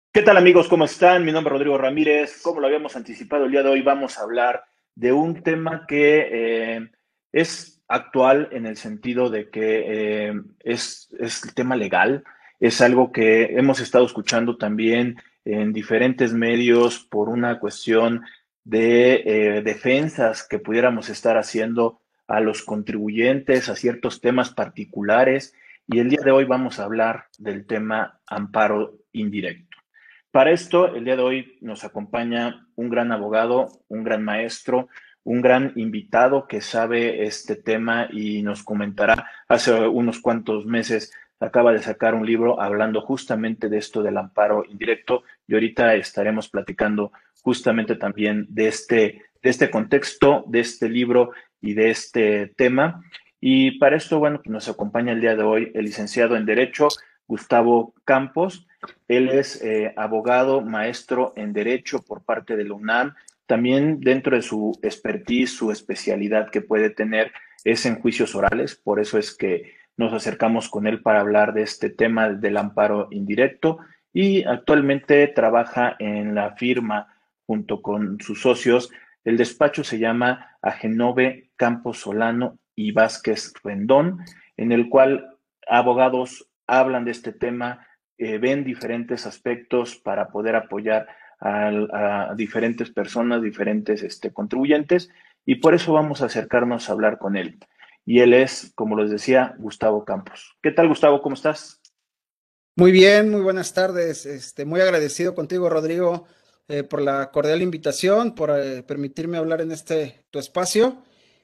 ¿Qué tal amigos? ¿Cómo están? Mi nombre es Rodrigo Ramírez. Como lo habíamos anticipado, el día de hoy vamos a hablar de un tema que es actual en el sentido de que es el tema legal. Es algo que hemos estado escuchando también en diferentes medios por una cuestión de defensas que pudiéramos estar haciendo a los contribuyentes, a ciertos temas particulares. Y el día de hoy vamos a hablar del tema amparo indirecto. Para esto, el día de hoy nos acompaña un gran abogado, un gran maestro, un gran invitado que sabe este tema y nos comentará. Hace unos cuantos meses acaba de sacar un libro hablando justamente de esto del amparo indirecto y ahorita estaremos platicando justamente también de este contexto, de este libro y de este tema. Y para esto, bueno, pues nos acompaña el día de hoy el licenciado en Derecho, Gustavo Campos. Él es abogado, maestro en Derecho por parte de la UNAM. También dentro de su expertise, su especialidad que puede tener es en juicios orales. Por eso es que nos acercamos con él para hablar de este tema del amparo indirecto. Y actualmente trabaja en la firma junto con sus socios. El despacho se llama Agenove Campos Solano y Vázquez Rendón, en el cual abogados hablan de este tema, ven diferentes aspectos para poder apoyar a diferentes personas, diferentes contribuyentes, y por eso vamos a acercarnos a hablar con él. Y él es, como les decía, Gustavo Campos. ¿Qué tal, Gustavo? ¿Cómo estás? Muy bien, muy buenas tardes. Muy agradecido contigo, Rodrigo, por la cordial invitación, por permitirme hablar en tu espacio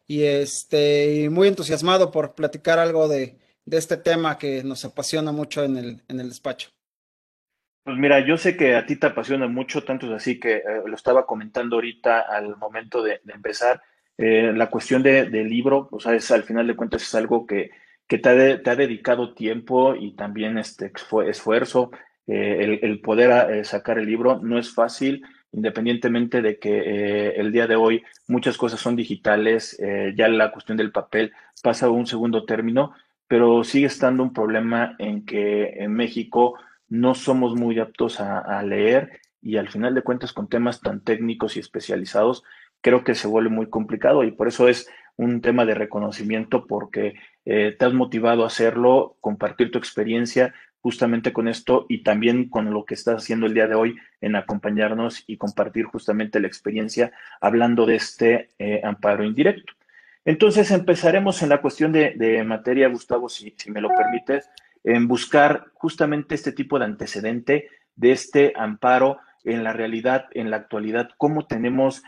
y muy entusiasmado por platicar algo de este tema que nos apasiona mucho en el despacho. Pues mira, yo sé que a ti te apasiona mucho, tanto es así que lo estaba comentando ahorita al momento de empezar. La cuestión del libro, o sea, al final de cuentas es algo que te ha dedicado tiempo y también esfuerzo. El poder sacar el libro no es fácil, independientemente de que el día de hoy muchas cosas son digitales, ya la cuestión del papel pasa a un segundo término, pero sigue estando un problema en que en México no somos muy aptos a leer y al final de cuentas con temas tan técnicos y especializados, creo que se vuelve muy complicado y por eso es un tema de reconocimiento porque te has motivado a hacerlo, compartir tu experiencia justamente con esto y también con lo que estás haciendo el día de hoy en acompañarnos y compartir justamente la experiencia hablando de este amparo indirecto. Entonces empezaremos en la cuestión de materia, Gustavo, si me lo permites, en buscar justamente este tipo de antecedente de este amparo en la realidad, en la actualidad, cómo tenemos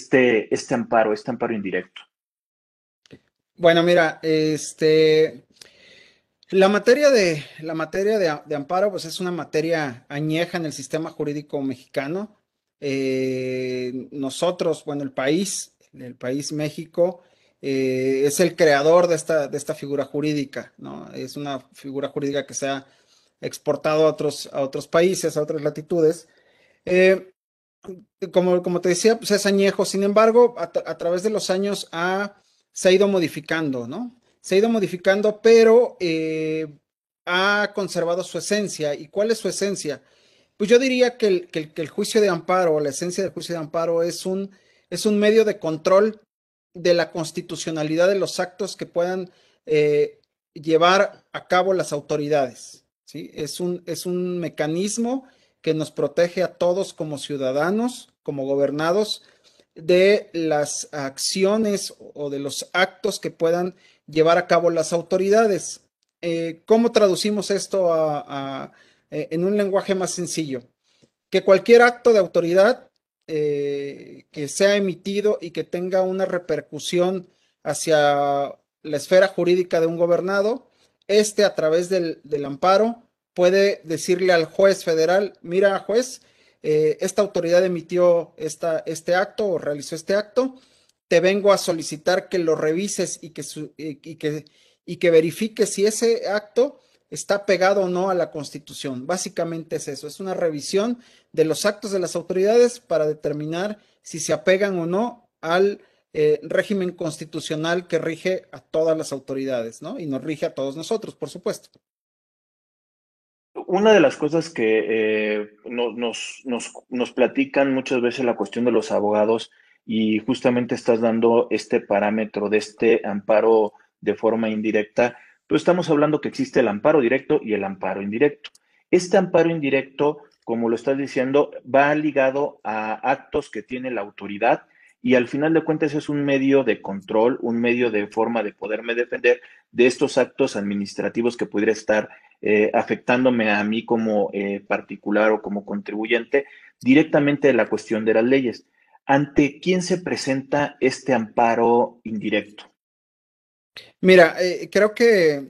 este amparo indirecto. Bueno, mira, la materia de amparo, pues es una materia añeja en el sistema jurídico mexicano. Nosotros, bueno, el país México, es el creador de esta figura jurídica, ¿no? Es una figura jurídica que se ha exportado a otros países, a otras latitudes. Eh, como te decía, pues es añejo. Sin embargo, a través de los años se ha ido modificando, ¿no? Se ha ido modificando, pero ha conservado su esencia. ¿Y cuál es su esencia? Pues yo diría que el juicio de amparo, la esencia del juicio de amparo es un medio de control de la constitucionalidad de los actos que puedan llevar a cabo las autoridades, ¿sí? Es un mecanismo que nos protege a todos como ciudadanos, como gobernados, de las acciones o de los actos que puedan llevar a cabo las autoridades. ¿Cómo traducimos esto en un lenguaje más sencillo? Que cualquier acto de autoridad que sea emitido y que tenga una repercusión hacia la esfera jurídica de un gobernado, a través del amparo puede decirle al juez federal: mira, juez, esta autoridad emitió este acto o realizó este acto, te vengo a solicitar que lo revises y que verifiques si ese acto está pegado o no a la Constitución. Básicamente es eso, es una revisión de los actos de las autoridades para determinar si se apegan o no al régimen constitucional que rige a todas las autoridades, ¿no? Y nos rige a todos nosotros, por supuesto. una de las cosas que nos platican muchas veces la cuestión de los abogados y justamente estás dando este parámetro de este amparo de forma indirecta, pues estamos hablando que existe el amparo directo y el amparo indirecto. Este amparo indirecto, como lo estás diciendo, va ligado a actos que tiene la autoridad y al final de cuentas es un medio de control, un medio de forma de poderme defender de estos actos administrativos que pudiera estar afectándome a mí como particular o como contribuyente directamente de la cuestión de las leyes. ¿Ante quién se presenta este amparo indirecto? Mira, creo que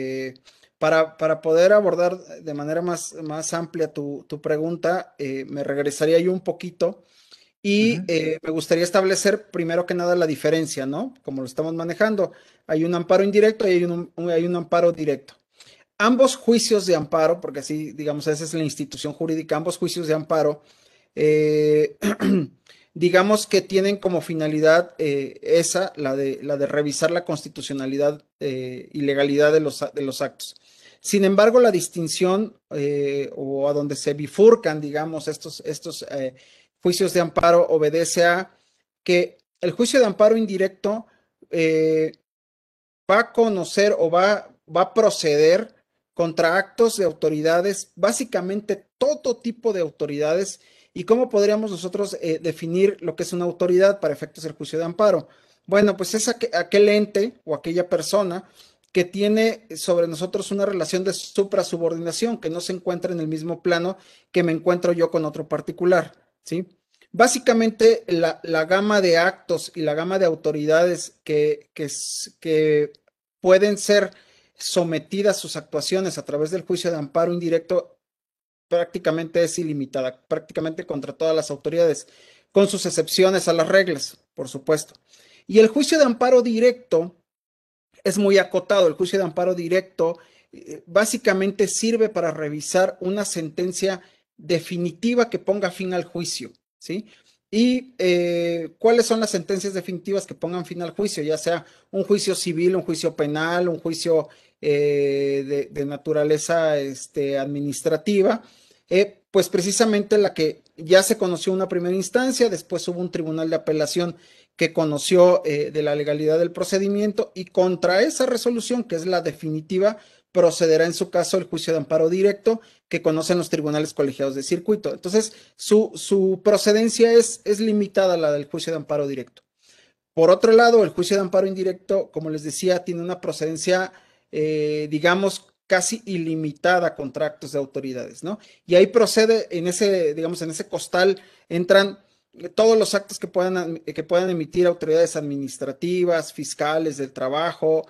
para poder abordar de manera más amplia tu pregunta, me regresaría yo un poquito y Ujú. me gustaría establecer primero que nada la diferencia, ¿no? Como lo estamos manejando. Hay un amparo indirecto y hay un amparo directo. Ambos juicios de amparo, porque así, digamos, esa es la institución jurídica, ambos juicios de amparo, eh, digamos que tienen como finalidad esa, la de revisar la constitucionalidad y legalidad de los actos. Sin embargo, la distinción o a donde se bifurcan, digamos, estos juicios de amparo obedece a que el juicio de amparo indirecto eh, va a conocer o va a proceder contra actos de autoridades, básicamente todo tipo de autoridades. ¿Y cómo podríamos nosotros definir lo que es una autoridad para efectos del juicio de amparo? Bueno, pues es aquel ente o aquella persona que tiene sobre nosotros una relación de suprasubordinación, que no se encuentra en el mismo plano que me encuentro yo con otro particular, ¿sí? Básicamente, la gama de actos y la gama de autoridades que pueden ser sometidas sus actuaciones a través del juicio de amparo indirecto prácticamente es ilimitada, prácticamente contra todas las autoridades, con sus excepciones a las reglas, por supuesto. Y el juicio de amparo directo es muy acotado. El juicio de amparo directo básicamente sirve para revisar una sentencia definitiva que ponga fin al juicio, ¿sí? ¿Y cuáles son las sentencias definitivas que pongan fin al juicio? Ya sea un juicio civil, un juicio penal, un juicio de naturaleza administrativa, pues precisamente la que ya se conoció en una primera instancia, después hubo un tribunal de apelación que conoció de la legalidad del procedimiento y contra esa resolución, que es la definitiva, procederá en su caso el juicio de amparo directo que conocen los tribunales colegiados de circuito. Entonces, su procedencia es limitada a la del juicio de amparo directo. Por otro lado, el juicio de amparo indirecto, como les decía, tiene una procedencia, digamos, casi ilimitada contra actos de autoridades, ¿no? Y ahí procede, en ese, digamos, en ese costal entran todos los actos que puedan emitir autoridades administrativas, fiscales, del trabajo,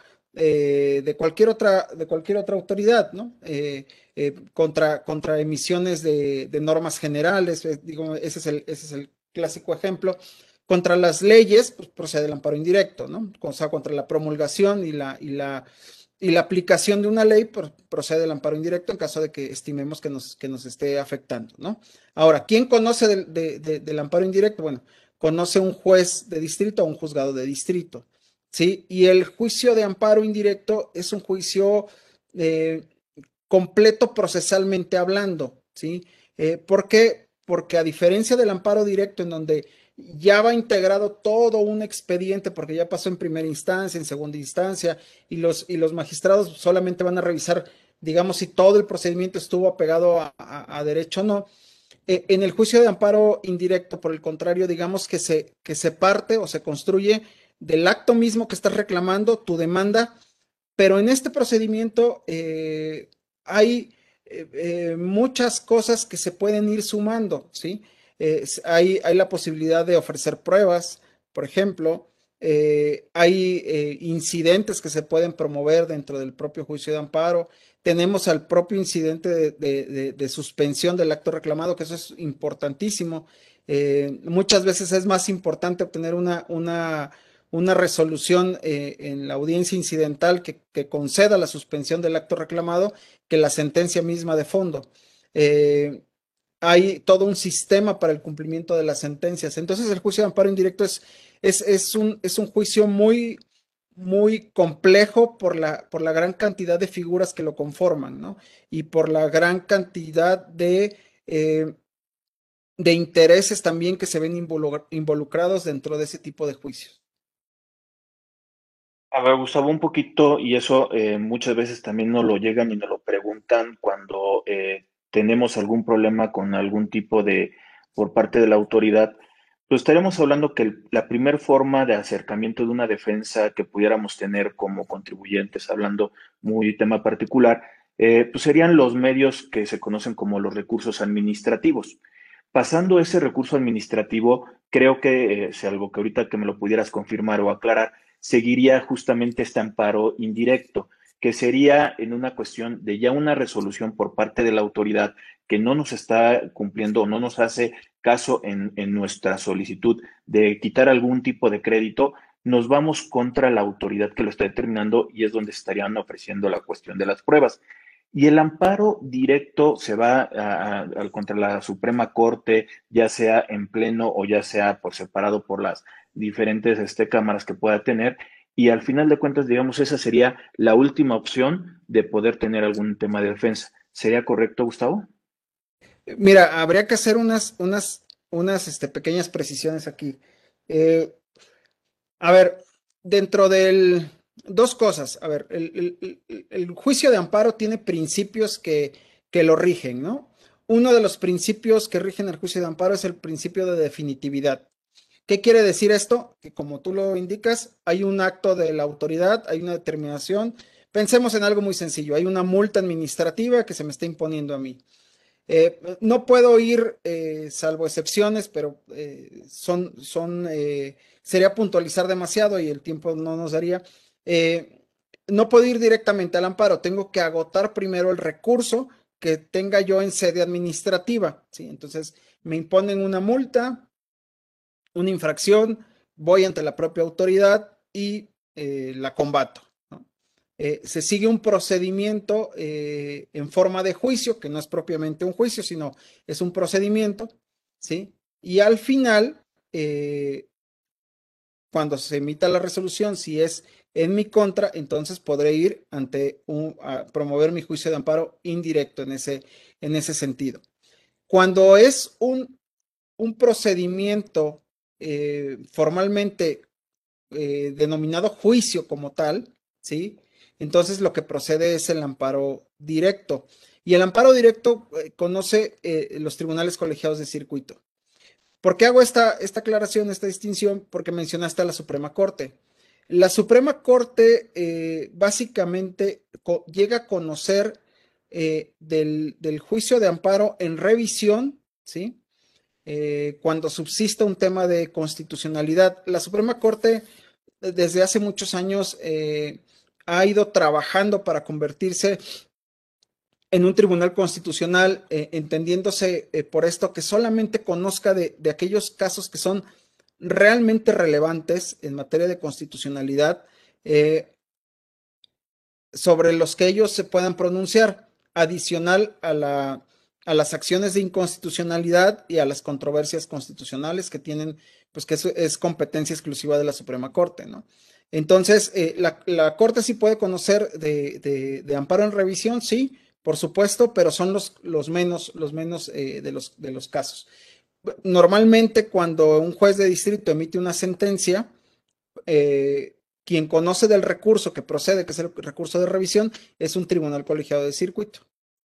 de cualquier otra autoridad, ¿no? Contra emisiones de normas generales, digo, ese es el clásico ejemplo. Contra las leyes, pues procede el amparo indirecto, ¿no? O sea, contra la promulgación y la aplicación de una ley, pues, procede el amparo indirecto en caso de que estimemos que nos esté afectando, ¿no? Ahora, ¿quién conoce del amparo indirecto? Bueno, conoce un juez de distrito o un juzgado de distrito, ¿sí? Y el juicio de amparo indirecto es un juicio eh, completo procesalmente hablando, ¿sí? ¿Por qué? Porque a diferencia del amparo directo en donde ya va integrado todo un expediente porque ya pasó en primera instancia, en segunda instancia, y los magistrados solamente van a revisar, digamos, si todo el procedimiento estuvo apegado a derecho o no. En el juicio de amparo indirecto, por el contrario, digamos que se parte o se construye del acto mismo que estás reclamando, tu demanda, pero en este procedimiento hay muchas cosas que se pueden ir sumando, ¿sí? Hay la posibilidad de ofrecer pruebas, por ejemplo, hay incidentes que se pueden promover dentro del propio juicio de amparo. Tenemos al propio incidente de suspensión del acto reclamado, que eso es importantísimo. Muchas veces es más importante obtener una resolución en la audiencia incidental que conceda la suspensión del acto reclamado que la sentencia misma de fondo. Eh, Hay todo un sistema para el cumplimiento de las sentencias. Entonces, el juicio de amparo indirecto es un juicio muy complejo por la gran cantidad de figuras que lo conforman, ¿no? Y por la gran cantidad eh, de intereses también que se ven involucrados dentro de ese tipo de juicios. A ver, Gustavo, un poquito, y eso muchas veces también nos lo llegan y nos lo preguntan cuando tenemos algún problema con algún tipo de, por parte de la autoridad, pues estaríamos hablando que la primer forma de acercamiento de una defensa que pudiéramos tener como contribuyentes, hablando muy tema particular, pues serían los medios que se conocen como los recursos administrativos. Pasando ese recurso administrativo, creo que, salvo que ahorita que me lo pudieras confirmar o aclarar, seguiría justamente este amparo indirecto, que sería en una cuestión de ya una resolución por parte de la autoridad que no nos está cumpliendo o no nos hace caso en nuestra solicitud de quitar algún tipo de crédito, nos vamos contra la autoridad que lo está determinando y es donde estarían ofreciendo la cuestión de las pruebas. Y el amparo directo se va contra la Suprema Corte, ya sea en pleno o ya sea por separado por las diferentes cámaras que pueda tener. Y al final de cuentas, digamos, esa sería la última opción de poder tener algún tema de defensa. ¿Sería correcto, Gustavo? Mira, habría que hacer unas pequeñas precisiones aquí. Eh, a ver, dentro del... Dos cosas. A ver, el juicio de amparo tiene principios que lo rigen, ¿no? Uno de los principios que rigen el juicio de amparo es el principio de definitividad. ¿Qué quiere decir esto? Que como tú lo indicas, hay un acto de la autoridad, hay una determinación. Pensemos en algo muy sencillo. Hay una multa administrativa que se me está imponiendo a mí. No puedo ir, salvo excepciones, pero sería puntualizar demasiado y el tiempo no nos daría. Eh, no puedo ir directamente al amparo, tengo que agotar primero el recurso que tenga yo en sede administrativa, ¿sí? Entonces, me imponen una multa, una infracción, voy ante la propia autoridad y la combato, ¿no? Se sigue un procedimiento en forma de juicio, que no es propiamente un juicio, sino es un procedimiento, ¿sí? Y al final, cuando se emita la resolución, si es en mi contra, entonces podré ir a promover mi juicio de amparo indirecto en ese sentido. Cuando es un procedimiento formalmente denominado juicio como tal, ¿sí? Entonces lo que procede es el amparo directo. Y el amparo directo conoce los tribunales colegiados de circuito. ¿Por qué hago esta aclaración, esta distinción? Porque mencionaste a la Suprema Corte. La Suprema Corte básicamente llega a conocer del juicio de amparo en revisión, ¿sí? Cuando subsista un tema de constitucionalidad. La Suprema Corte desde hace muchos años ha ido trabajando para convertirse en un tribunal constitucional, entendiéndose por esto que solamente conozca de aquellos casos que son realmente relevantes en materia de constitucionalidad, eh, sobre los que ellos se puedan pronunciar, adicional a las acciones de inconstitucionalidad y a las controversias constitucionales que tienen, pues que es competencia exclusiva de la Suprema Corte, ¿no? Entonces, la Corte sí puede conocer de amparo en revisión, sí, por supuesto, pero son los menos de los casos. Normalmente, cuando un juez de distrito emite una sentencia, quien conoce del recurso que procede, que es el recurso de revisión, es un tribunal colegiado de circuito.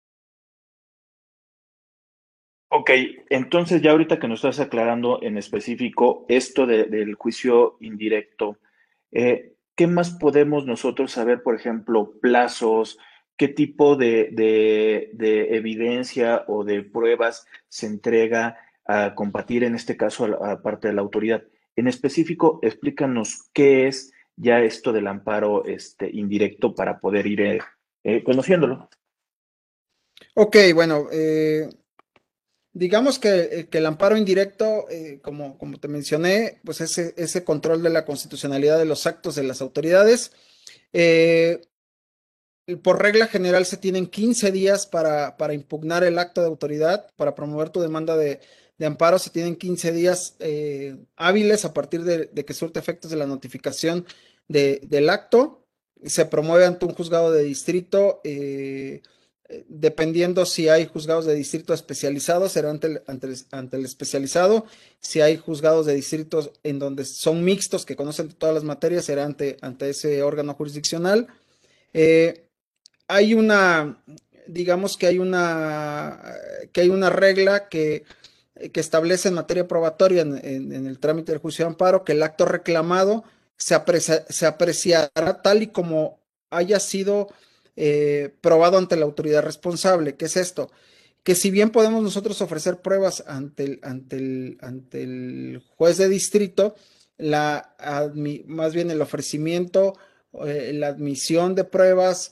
Ok, entonces ya ahorita que nos estás aclarando en específico esto del juicio indirecto, ¿qué más podemos nosotros saber, por ejemplo, plazos, qué tipo de evidencia o de pruebas se entrega a combatir en este caso a parte de la autoridad? En específico, explícanos qué es ya esto del amparo indirecto para poder ir conociéndolo. Ok, bueno, digamos que el amparo indirecto, como te mencioné, pues ese control de la constitucionalidad de los actos de las autoridades. Eh, por regla general se tienen 15 días para impugnar el acto de autoridad, para promover tu demanda de amparo, se tienen 15 días hábiles a partir de que surte efectos de la notificación del acto, se promueve ante un juzgado de distrito, dependiendo si hay juzgados de distrito especializados, será ante el especializado. Si hay juzgados de distritos en donde son mixtos, que conocen todas las materias, será ante ese órgano jurisdiccional. Eh, hay una, digamos que hay una regla que establece en materia probatoria en el trámite del juicio de amparo que el acto reclamado se apreciará tal y como haya sido probado ante la autoridad responsable. ¿Qué es esto? Que si bien podemos nosotros ofrecer pruebas ante el juez de distrito, más bien el ofrecimiento, la admisión de pruebas,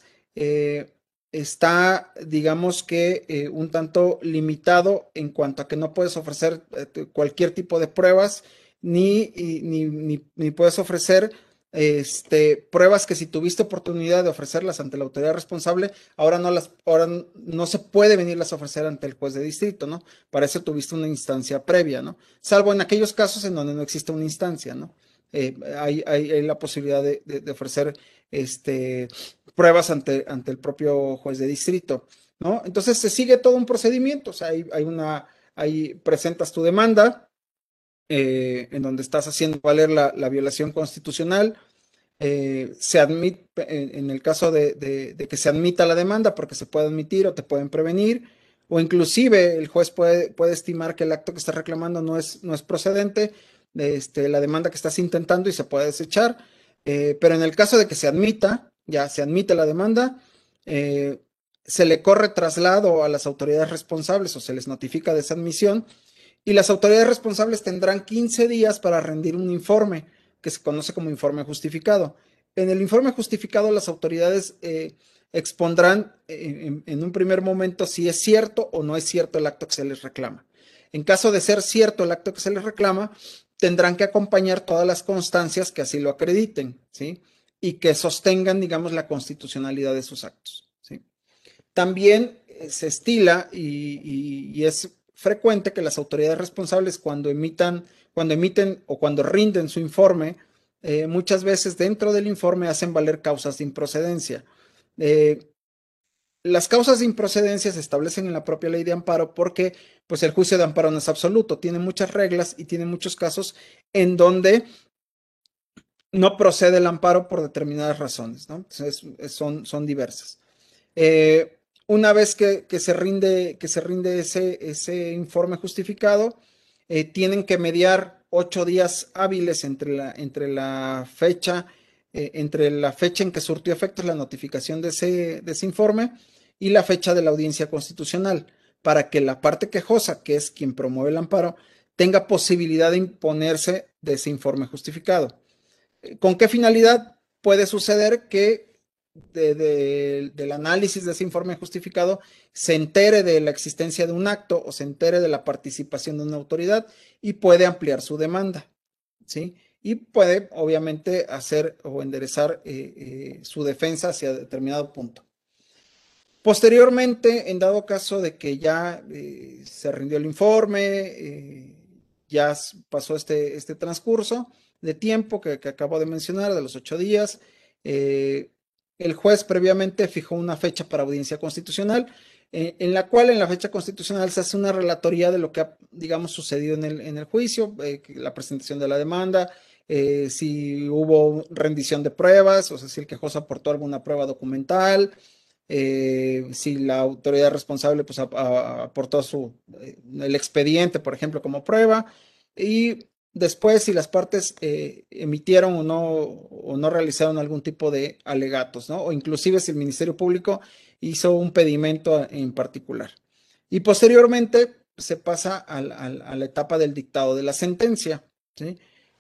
está, digamos que, un tanto limitado en cuanto a que no puedes ofrecer cualquier tipo de pruebas, ni puedes ofrecer pruebas que si tuviste oportunidad de ofrecerlas ante la autoridad responsable, ahora no se puede venirlas a ofrecer ante el juez de distrito, ¿no? Para eso tuviste una instancia previa, ¿no? Salvo en aquellos casos en donde no existe una instancia, ¿no? Hay la posibilidad de ofrecer pruebas ante el propio juez de distrito, ¿no? Entonces se sigue todo un procedimiento, o sea, ahí presentas tu demanda, en donde estás haciendo valer la violación constitucional. Se admite, en el caso de que se admita la demanda, porque se puede admitir o te pueden prevenir, o inclusive el juez puede estimar que el acto que estás reclamando no es procedente, la demanda que estás intentando, y se puede desechar. Pero en el caso de que se admita, ya se admite la demanda, eh, se le corre traslado a las autoridades responsables o se les notifica de esa admisión, y las autoridades responsables tendrán 15 días para rendir un informe que se conoce como informe justificado. En el informe justificado, las autoridades expondrán en un primer momento si es cierto o no es cierto el acto que se les reclama. En caso de ser cierto el acto que se les reclama, tendrán que acompañar todas las constancias que así lo acrediten, ¿sí? Y que sostengan, digamos, la constitucionalidad de sus actos, ¿sí? También se estila y es frecuente que las autoridades responsables cuando emiten o cuando rinden su informe, muchas veces dentro del informe hacen valer causas de improcedencia. Eh, las causas de improcedencia se establecen en la propia ley de amparo porque pues el juicio de amparo no es absoluto, tiene muchas reglas y tiene muchos casos en donde no procede el amparo por determinadas razones, ¿no? Entonces, son diversas. Una vez que se rinde ese informe justificado, tienen que mediar 8 días hábiles entre la fecha en que surtió efectos la notificación de ese informe y la fecha de la audiencia constitucional, para que la parte quejosa, que es quien promueve el amparo, tenga posibilidad de imponerse de ese informe justificado. ¿Con qué finalidad? Puede suceder que del análisis de ese informe justificado se entere de la existencia de un acto o se entere de la participación de una autoridad y puede ampliar su demanda, ¿sí? Y puede, obviamente, hacer o enderezar su defensa hacia determinado punto. Posteriormente, en dado caso de que ya se rindió el informe, ya pasó este transcurso de tiempo que acabo de mencionar, de los 8 días, el juez previamente fijó una fecha para audiencia constitucional, en la cual en la fecha constitucional se hace una relatoría de lo que ha, digamos, sucedido en el juicio, la presentación de la demanda, si hubo rendición de pruebas, o sea, si el quejoso aportó alguna prueba documental, si la autoridad responsable pues, aportó el expediente, por ejemplo, como prueba, y después si las partes emitieron o no realizaron algún tipo de alegatos, ¿no? O inclusive si el Ministerio Público hizo un pedimento en particular. Y posteriormente se pasa a la etapa del dictado de la sentencia, ¿sí?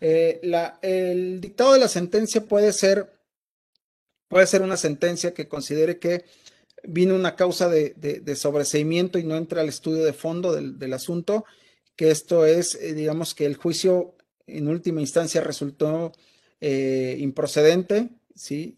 El dictado de la sentencia puede ser una sentencia que considere que vino una causa de sobreseimiento y no entra al estudio de fondo del asunto, que esto es, digamos, que el juicio en última instancia resultó improcedente, ¿sí?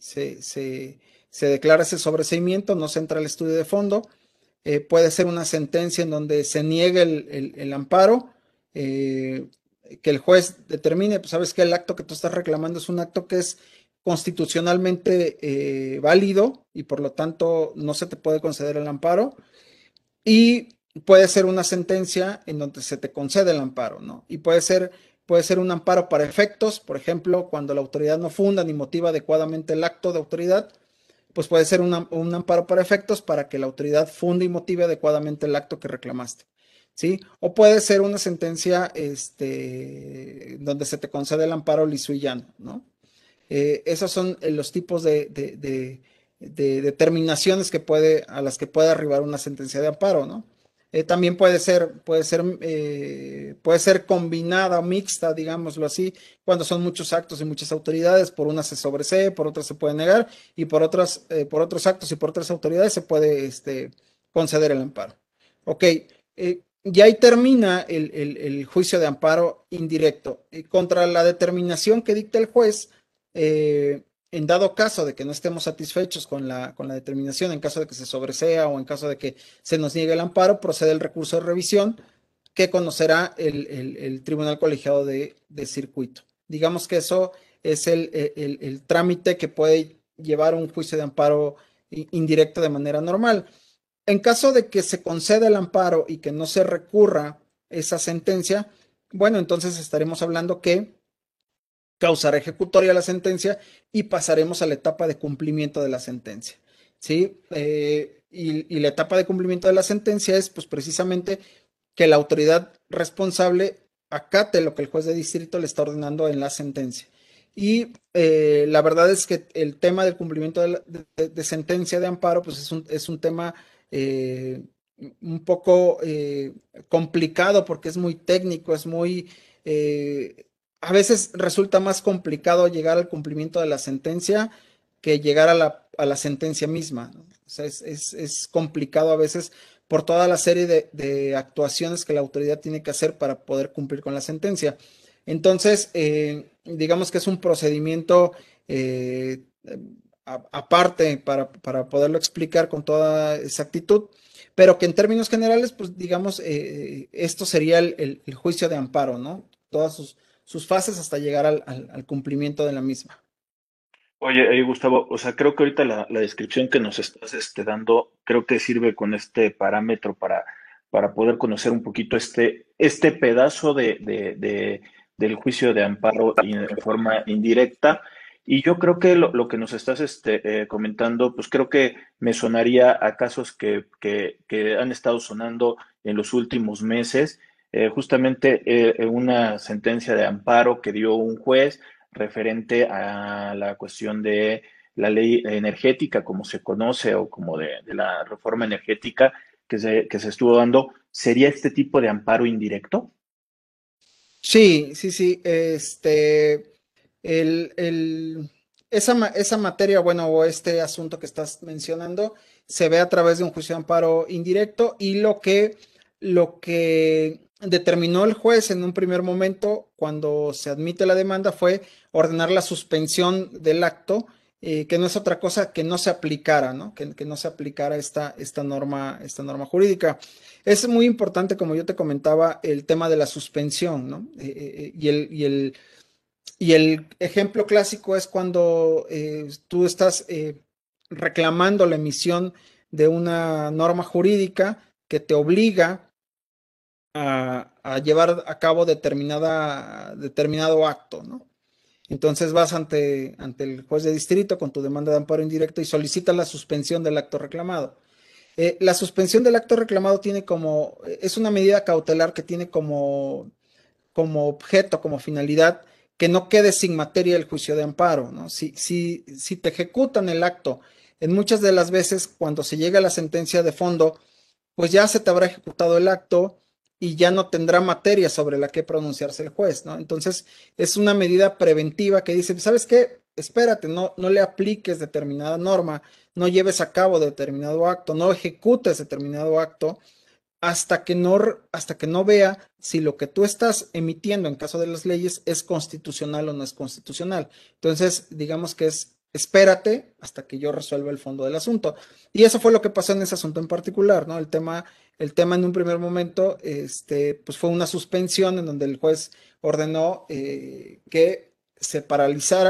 Se declara ese sobreseimiento, no se entra al estudio de fondo. Puede ser una sentencia en donde se niegue el amparo, que el juez determine, pues sabes que el acto que tú estás reclamando es un acto que es constitucionalmente válido y por lo tanto no se te puede conceder el amparo. Y puede ser una sentencia en donde se te concede el amparo, ¿no? Y puede ser un amparo para efectos, por ejemplo, cuando la autoridad no funda ni motiva adecuadamente el acto de autoridad, pues puede ser un amparo para efectos para que la autoridad funde y motive adecuadamente el acto que reclamaste, ¿sí? O puede ser una sentencia donde se te concede el amparo liso y llano, ¿no? Esos son los tipos de determinaciones a las que puede arribar una sentencia de amparo, ¿no? También puede ser combinada o mixta, digámoslo así, cuando son muchos actos y muchas autoridades, por una se sobresee, por otras se puede negar, y por otros actos y por otras autoridades se puede conceder el amparo. Ok, y ahí termina el juicio de amparo indirecto. Contra la determinación que dicta el juez, eh, en dado caso de que no estemos satisfechos con la determinación, en caso de que se sobresea o en caso de que se nos niegue el amparo, procede el recurso de revisión que conocerá el Tribunal Colegiado de Circuito. Digamos que eso es el trámite que puede llevar un juicio de amparo indirecto de manera normal. En caso de que se conceda el amparo y que no se recurra esa sentencia, bueno, entonces estaremos hablando que causará ejecutoria la sentencia y pasaremos a la etapa de cumplimiento de la sentencia, ¿sí? Y la etapa de cumplimiento de la sentencia es, pues, precisamente que la autoridad responsable acate lo que el juez de distrito le está ordenando en la sentencia. Y la verdad es que el tema del cumplimiento de sentencia de amparo, pues es un tema eh, un poco complicado porque es muy técnico, eh, a veces resulta más complicado llegar al cumplimiento de la sentencia que llegar a la sentencia misma, ¿no? O sea, es complicado a veces por toda la serie de actuaciones que la autoridad tiene que hacer para poder cumplir con la sentencia. Entonces, digamos que es un procedimiento eh, aparte para poderlo explicar con toda exactitud, pero que en términos generales, pues digamos, esto sería el juicio de amparo, ¿no? Todas sus fases hasta llegar al cumplimiento de la misma. Oye, Gustavo, o sea, creo que ahorita la descripción que nos estás dando, creo que sirve con este parámetro para poder conocer un poquito este pedazo del juicio de amparo en forma indirecta. Y yo creo que lo que nos estás comentando, pues creo que me sonaría a casos que han estado sonando en los últimos meses. Justamente una sentencia de amparo que dio un juez referente a la cuestión de la ley energética, como se conoce, o como de la reforma energética que se estuvo dando, ¿sería este tipo de amparo indirecto? Sí, sí, sí. El, el- esa materia, bueno, o este asunto que estás mencionando, se ve a través de un juicio de amparo indirecto y lo que determinó el juez en un primer momento, cuando se admite la demanda, fue ordenar la suspensión del acto, que no es otra cosa que no se aplicara, ¿no? Que no se aplicara esta norma jurídica. Es muy importante, como yo te comentaba, el tema de la suspensión, ¿no? Y el ejemplo clásico es cuando tú estás reclamando la emisión de una norma jurídica que te obliga a llevar a cabo determinado acto, ¿no? Entonces vas ante el juez de distrito con tu demanda de amparo indirecto y solicitas la suspensión del acto reclamado. La suspensión del acto reclamado es una medida cautelar que tiene como objeto, como finalidad, que no quede sin materia el juicio de amparo, ¿no? Si te ejecutan el acto, en muchas de las veces cuando se llega a la sentencia de fondo, pues ya se te habrá ejecutado el acto y ya no tendrá materia sobre la que pronunciarse el juez, ¿no? Entonces, es una medida preventiva que dice, ¿sabes qué? Espérate, no le apliques determinada norma, no lleves a cabo determinado acto, no ejecutes determinado acto hasta que no vea si lo que tú estás emitiendo en caso de las leyes es constitucional o no es constitucional. Entonces, digamos que espérate hasta que yo resuelva el fondo del asunto. Y eso fue lo que pasó en ese asunto en particular, ¿no? El tema en un primer momento, pues fue una suspensión en donde el juez ordenó que se paralizara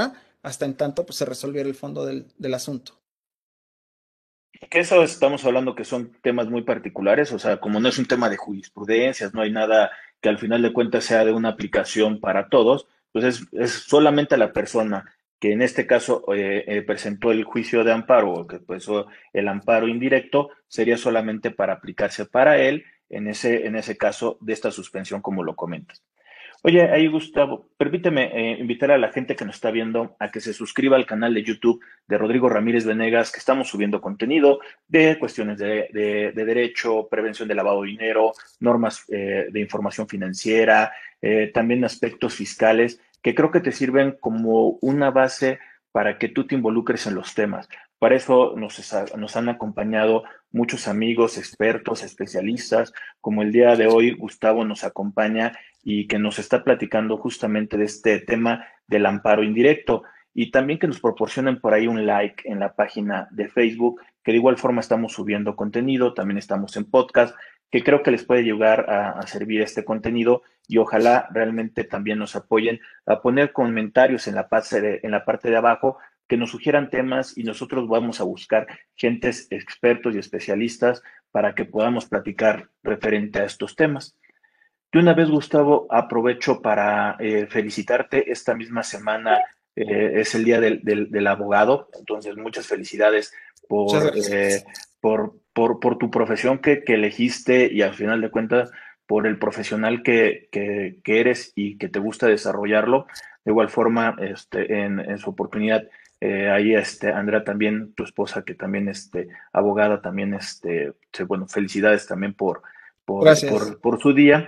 hasta en tanto pues, se resolviera el fondo del asunto. Que eso estamos hablando que son temas muy particulares, o sea, como no es un tema de jurisprudencias, no hay nada que al final de cuentas sea de una aplicación para todos, pues es solamente a la persona que en este caso presentó el juicio de amparo o que puso el amparo indirecto, sería solamente para aplicarse para él en ese caso de esta suspensión como lo comentas. Oye, ahí Gustavo, permíteme invitar a la gente que nos está viendo a que se suscriba al canal de YouTube de Rodrigo Ramírez Venegas, que estamos subiendo contenido de cuestiones de derecho, prevención de lavado de dinero, normas de información financiera, también aspectos fiscales, que creo que te sirven como una base para que tú te involucres en los temas. Para eso nos han acompañado muchos amigos, expertos, especialistas, como el día de hoy Gustavo nos acompaña y que nos está platicando justamente de este tema del amparo indirecto y también que nos proporcionen por ahí un like en la página de Facebook, que de igual forma estamos subiendo contenido, también estamos en podcast, que creo que les puede llegar a servir este contenido y ojalá realmente también nos apoyen a poner comentarios en la parte de abajo que nos sugieran temas y nosotros vamos a buscar gentes expertos y especialistas para que podamos platicar referente a estos temas. De una vez, Gustavo, aprovecho para felicitarte. Esta misma semana es el Día del Abogado, entonces muchas felicidades Muchas por, gracias. por tu profesión que elegiste y al final de cuentas por el profesional que eres y que te gusta desarrollarlo. De igual forma, en su oportunidad, ahí Andrea también, tu esposa, que también abogada, también bueno, felicidades también Gracias. por su día.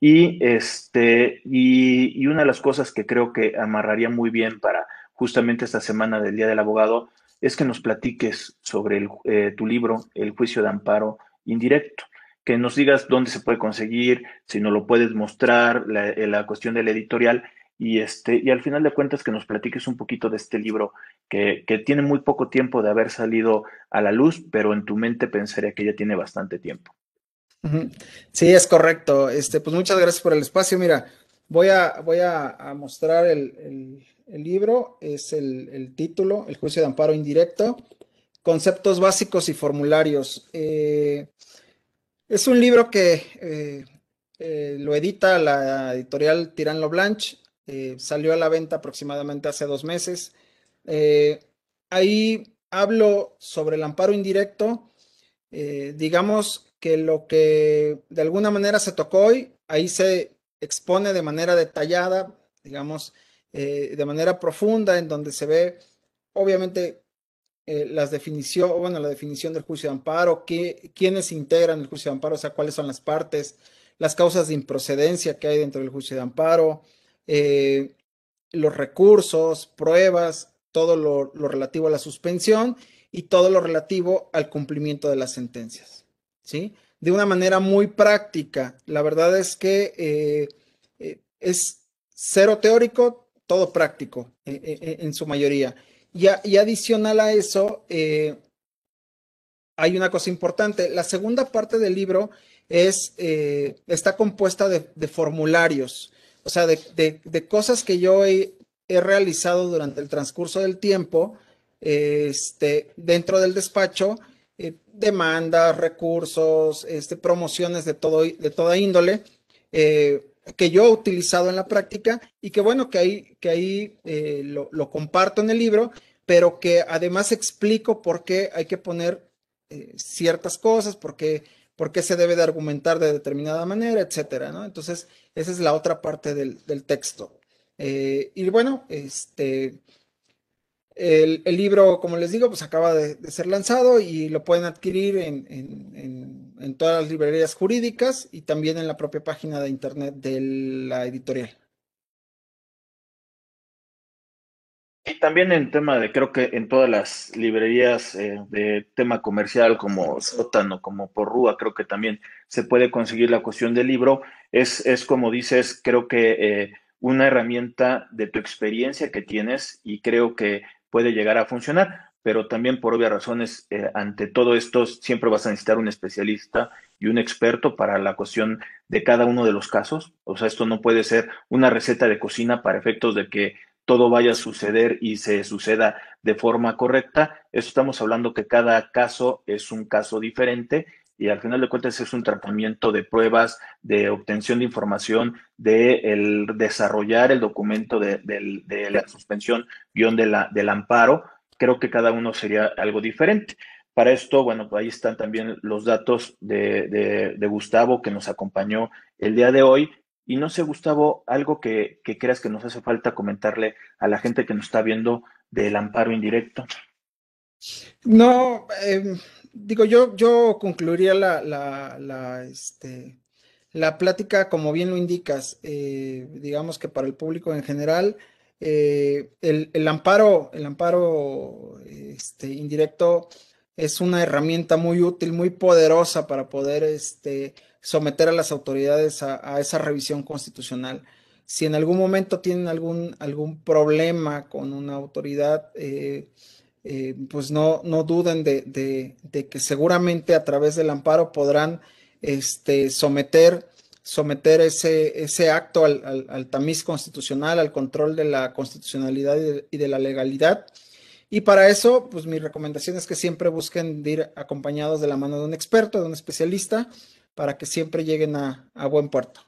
Y una de las cosas que creo que amarraría muy bien para justamente esta semana del Día del Abogado es que nos platiques sobre tu libro, El juicio de amparo indirecto, que nos digas dónde se puede conseguir, si nos lo puedes mostrar, la cuestión de la editorial y al final de cuentas que nos platiques un poquito de este libro que tiene muy poco tiempo de haber salido a la luz, pero en tu mente pensaría que ya tiene bastante tiempo. Ujú. Sí, es correcto. Pues muchas gracias por el espacio. Mira, voy a mostrar el libro. Es el título, El juicio de amparo indirecto, conceptos básicos y formularios. Es un libro que lo edita la editorial Tirán Lo Blanche. Salió a la venta aproximadamente hace 2 meses. Eh, Ahí hablo sobre el amparo indirecto. Digamos que lo que de alguna manera se tocó hoy, ahí se expone de manera detallada, digamos, de manera profunda, en donde se ve, obviamente, las definiciones, bueno, la definición del juicio de amparo, quiénes integran el juicio de amparo, o sea, cuáles son las partes, las causas de improcedencia que hay dentro del juicio de amparo, eh, los recursos, pruebas, todo lo relativo a la suspensión y todo lo relativo al cumplimiento de las sentencias, ¿sí? De una manera muy práctica. La verdad es que es cero teórico, todo práctico en su mayoría. Y adicional a eso, hay una cosa importante. La segunda parte del libro está compuesta de formularios, o sea, de cosas que yo he realizado durante el transcurso del tiempo dentro del despacho, demandas, recursos, promociones de toda índole, que yo he utilizado en la práctica y que bueno, que ahí lo comparto en el libro, pero que además explico por qué hay que poner ciertas cosas, por qué se debe de argumentar de determinada manera, etcétera, ¿no? Entonces, esa es la otra parte del texto. Y bueno, el libro, como les digo, pues acaba de ser lanzado y lo pueden adquirir en todas las librerías jurídicas y también en la propia página de internet de la editorial. Y también en tema de, creo que en todas las librerías de tema comercial como Sótano, como Porrúa, creo que también se puede conseguir la cuestión del libro. Es como dices, creo que una herramienta de tu experiencia que tienes y creo que puede llegar a funcionar, pero también por obvias razones, ante todo esto, siempre vas a necesitar un especialista y un experto para la cuestión de cada uno de los casos. O sea, esto no puede ser una receta de cocina para efectos de que todo vaya a suceder y se suceda de forma correcta. Eso estamos hablando que cada caso es un caso diferente y al final de cuentas es un tratamiento de pruebas, de obtención de información, de el desarrollar el documento de la suspensión guión del amparo. Creo que cada uno sería algo diferente. Para esto, bueno, pues ahí están también los datos de Gustavo que nos acompañó el día de hoy. Y no sé, Gustavo, algo que creas que nos hace falta comentarle a la gente que nos está viendo del amparo indirecto. No, digo, yo concluiría la plática como bien lo indicas. Digamos que para el público en general, el amparo indirecto es una herramienta muy útil, muy poderosa para poder someter a las autoridades a esa revisión constitucional. Si en algún momento tienen algún problema con una autoridad, pues no duden de que seguramente a través del amparo podrán someter ese acto al tamiz constitucional, al control de la constitucionalidad y de la legalidad. Y para eso, pues mi recomendación es que siempre busquen ir acompañados de la mano de un experto, de un especialista, para que siempre lleguen a buen puerto.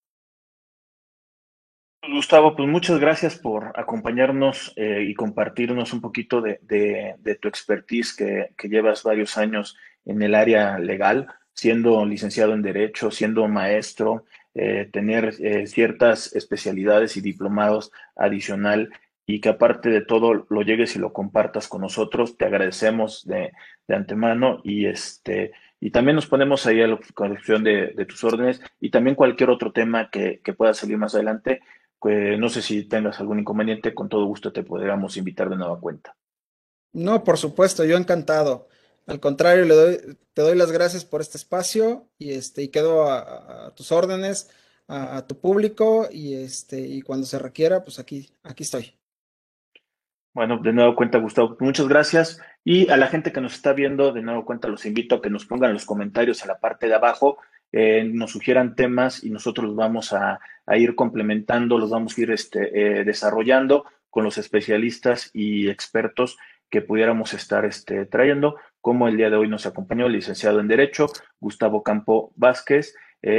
Gustavo, pues muchas gracias por acompañarnos y compartirnos un poquito de tu expertise que llevas varios años en el área legal, siendo licenciado en Derecho, siendo maestro, tener ciertas especialidades y diplomados adicional y que aparte de todo lo llegues y lo compartas con nosotros. Te agradecemos de antemano y también nos ponemos ahí a la colección de tus órdenes y también cualquier otro tema que pueda salir más adelante. No sé si tengas algún inconveniente, con todo gusto te podríamos invitar de nueva cuenta. No, por supuesto, yo encantado. Al contrario, te doy las gracias por este espacio y quedo a tus órdenes, a tu público y cuando se requiera, pues aquí estoy. Bueno, de nuevo cuenta, Gustavo, muchas gracias. Y a la gente que nos está viendo, de nuevo cuenta, los invito a que nos pongan los comentarios en la parte de abajo, nos sugieran temas y nosotros los vamos a ir complementando, los vamos a ir desarrollando con los especialistas y expertos que pudiéramos estar trayendo, como el día de hoy nos acompañó el licenciado en Derecho, Gustavo Campo Vázquez.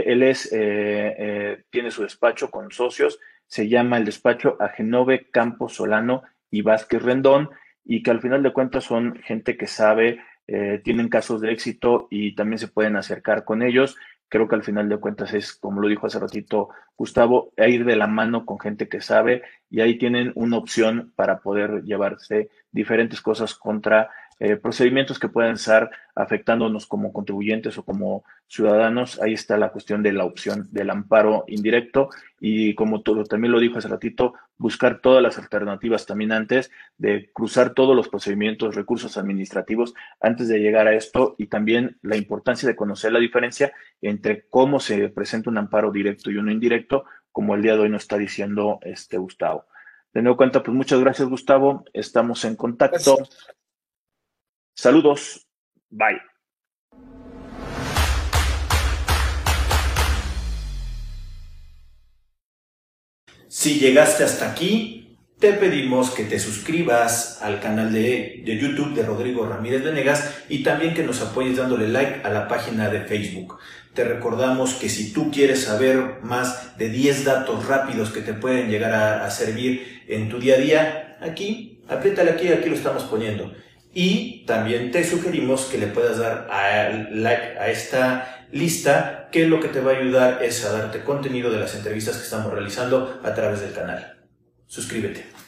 Tiene su despacho con socios, se llama el despacho Agenove Campo Solano y Vázquez Rendón, y que al final de cuentas son gente que sabe, tienen casos de éxito y también se pueden acercar con ellos. Creo que al final de cuentas es, como lo dijo hace ratito Gustavo, a ir de la mano con gente que sabe y ahí tienen una opción para poder llevarse diferentes cosas contra procedimientos que pueden estar afectándonos como contribuyentes o como ciudadanos. Ahí está la cuestión de la opción del amparo indirecto y como tú también lo dijo hace ratito, buscar todas las alternativas también antes de cruzar todos los procedimientos, recursos administrativos antes de llegar a esto y también la importancia de conocer la diferencia entre cómo se presenta un amparo directo y uno indirecto, como el día de hoy nos está diciendo Gustavo. De nuevo cuenta, pues muchas gracias, Gustavo. Estamos en contacto. Gracias. Saludos. Bye. Si llegaste hasta aquí, te pedimos que te suscribas al canal de YouTube de Rodrigo Ramírez Venegas y también que nos apoyes dándole like a la página de Facebook. Te recordamos que si tú quieres saber más de 10 datos rápidos que te pueden llegar a servir en tu día a día, apriétale aquí lo estamos poniendo. Y también te sugerimos que le puedas dar like a esta lista, que lo que te va a ayudar es a darte contenido de las entrevistas que estamos realizando a través del canal. Suscríbete.